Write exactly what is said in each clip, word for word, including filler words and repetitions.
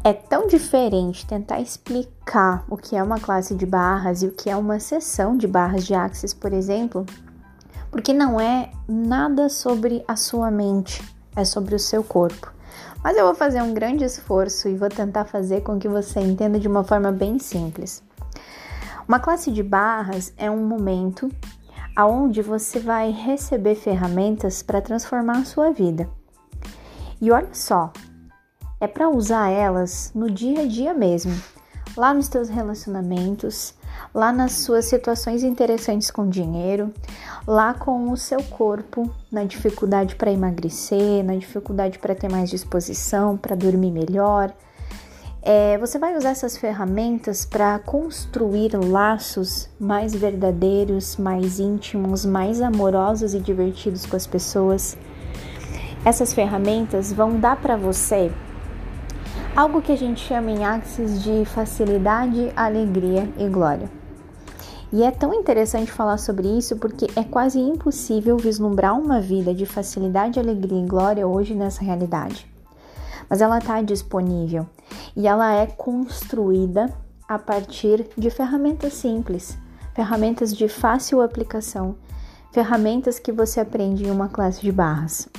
É tão diferente tentar explicar o que é uma classe de barras e o que é uma seção de barras de Axis, por exemplo, porque não é nada sobre a sua mente, é sobre o seu corpo. Mas eu vou fazer um grande esforço e vou tentar fazer com que você entenda de uma forma bem simples. Uma classe de barras é um momento onde você vai receber ferramentas para transformar a sua vida. E olha só, é para usar elas no dia a dia mesmo, lá nos teus relacionamentos, lá nas suas situações interessantes com dinheiro, lá com o seu corpo, na dificuldade para emagrecer, na dificuldade para ter mais disposição, para dormir melhor. É, você vai usar essas ferramentas para construir laços mais verdadeiros, mais íntimos, mais amorosos e divertidos com as pessoas. Essas ferramentas vão dar para você algo que a gente chama em Axis de facilidade, alegria e glória. E é tão interessante falar sobre isso porque é quase impossível vislumbrar uma vida de facilidade, alegria e glória hoje nessa realidade. Mas ela está disponível e ela é construída a partir de ferramentas simples, ferramentas de fácil aplicação, ferramentas que você aprende em uma classe de barras.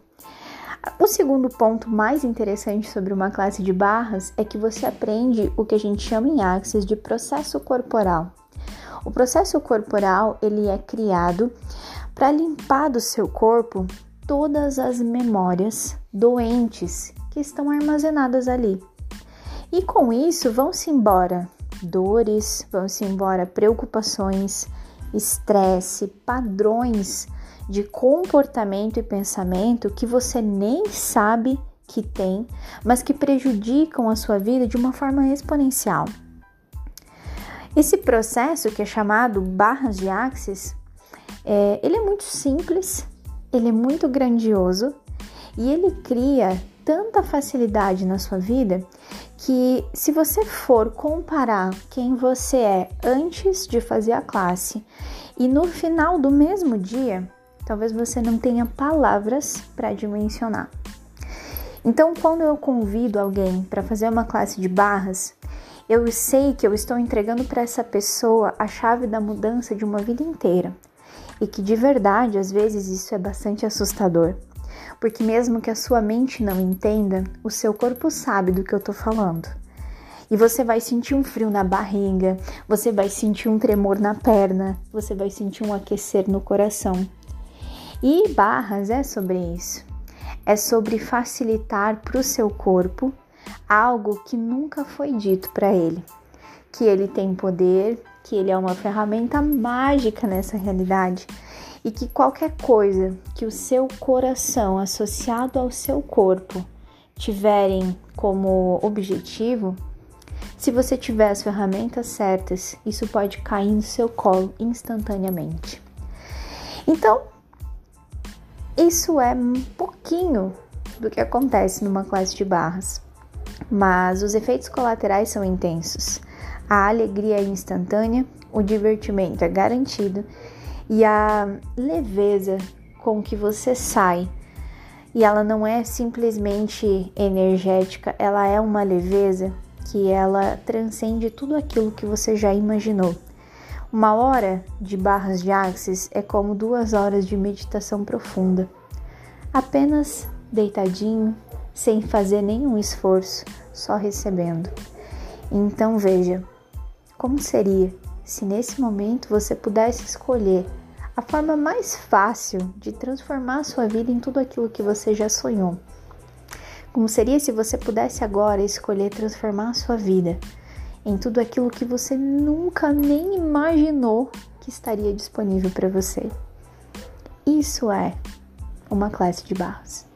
O segundo ponto mais interessante sobre uma classe de barras é que você aprende o que a gente chama em Axis de processo corporal. O processo corporal ele é criado para limpar do seu corpo todas as memórias doentes que estão armazenadas ali. E com isso vão-se embora dores, vão-se embora preocupações, estresse, padrões de comportamento e pensamento que você nem sabe que tem, mas que prejudicam a sua vida de uma forma exponencial. Esse processo, que é chamado barras de Axis, é, ele é muito simples, ele é muito grandioso e ele cria tanta facilidade na sua vida que, se você for comparar quem você é antes de fazer a classe e no final do mesmo dia, talvez você não tenha palavras para dimensionar. Então, quando eu convido alguém para fazer uma classe de barras, eu sei que eu estou entregando para essa pessoa a chave da mudança de uma vida inteira. E que, de verdade, às vezes isso é bastante assustador. Porque mesmo que a sua mente não entenda, o seu corpo sabe do que eu estou falando. E você vai sentir um frio na barriga, você vai sentir um tremor na perna, você vai sentir um aquecer no coração. E barras é sobre isso, é sobre facilitar para o seu corpo algo que nunca foi dito para ele, que ele tem poder, que ele é uma ferramenta mágica nessa realidade e que qualquer coisa que o seu coração associado ao seu corpo tiverem como objetivo, se você tiver as ferramentas certas, isso pode cair no seu colo instantaneamente. Então, isso é um pouquinho do que acontece numa classe de barras, mas os efeitos colaterais são intensos. A alegria é instantânea, o divertimento é garantido e a leveza com que você sai, e ela não é simplesmente energética, ela é uma leveza que ela transcende tudo aquilo que você já imaginou. Uma hora de barras de Axis é como duas horas de meditação profunda, apenas deitadinho, sem fazer nenhum esforço, só recebendo. Então veja, como seria se nesse momento você pudesse escolher a forma mais fácil de transformar a sua vida em tudo aquilo que você já sonhou? Como seria se você pudesse agora escolher transformar a sua vida em tudo aquilo que você nunca nem imaginou que estaria disponível para você? Isso é uma classe de barras.